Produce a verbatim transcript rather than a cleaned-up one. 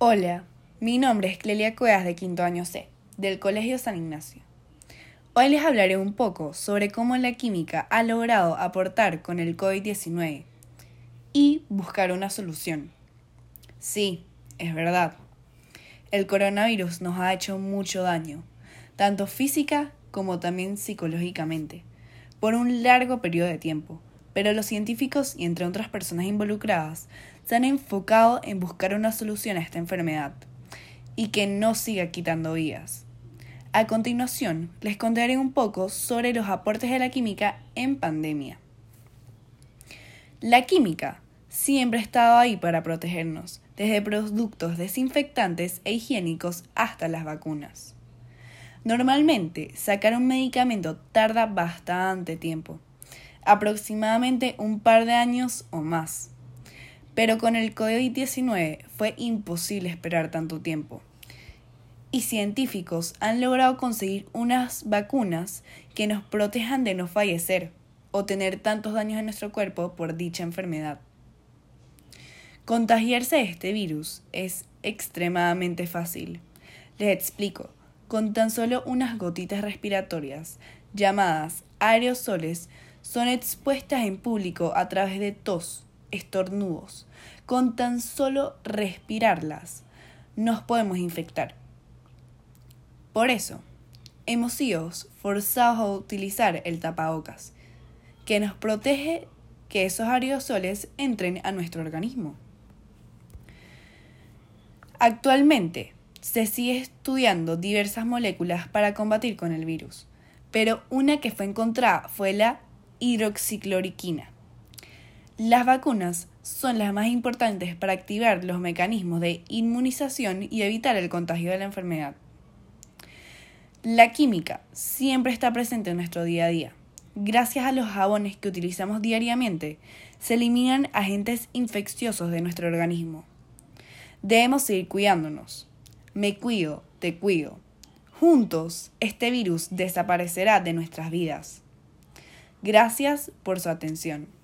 Hola, mi nombre es Clelia Cuevas de quinto año C, del Colegio San Ignacio. Hoy les hablaré un poco sobre cómo la química ha logrado aportar con el COVID diecinueve y buscar una solución. Sí, es verdad. El coronavirus nos ha hecho mucho daño, tanto física como también psicológicamente, por un largo periodo de tiempo, pero los científicos y entre otras personas involucradas se han enfocado en buscar una solución a esta enfermedad y que no siga quitando vidas. A continuación, les contaré un poco sobre los aportes de la química en pandemia. La química siempre ha estado ahí para protegernos, desde productos desinfectantes e higiénicos hasta las vacunas. Normalmente, sacar un medicamento tarda bastante tiempo, aproximadamente un par de años o más. Pero con el COVID diecinueve fue imposible esperar tanto tiempo. Y científicos han logrado conseguir unas vacunas que nos protejan de no fallecer o tener tantos daños en nuestro cuerpo por dicha enfermedad. Contagiarse de este virus es extremadamente fácil. Les explico. Con tan solo unas gotitas respiratorias, llamadas aerosoles, son expuestas en público a través de tos, estornudos. Con tan solo respirarlas, nos podemos infectar. Por eso, hemos sido forzados a utilizar el tapabocas, que nos protege que esos aerosoles entren a nuestro organismo. Actualmente, se sigue estudiando diversas moléculas para combatir con el virus, pero una que fue encontrada fue la hidroxicloroquina. Las vacunas son las más importantes para activar los mecanismos de inmunización y evitar el contagio de la enfermedad. La química siempre está presente en nuestro día a día. Gracias a los jabones que utilizamos diariamente, se eliminan agentes infecciosos de nuestro organismo. Debemos seguir cuidándonos. Me cuido, te cuido. Juntos, este virus desaparecerá de nuestras vidas. Gracias por su atención.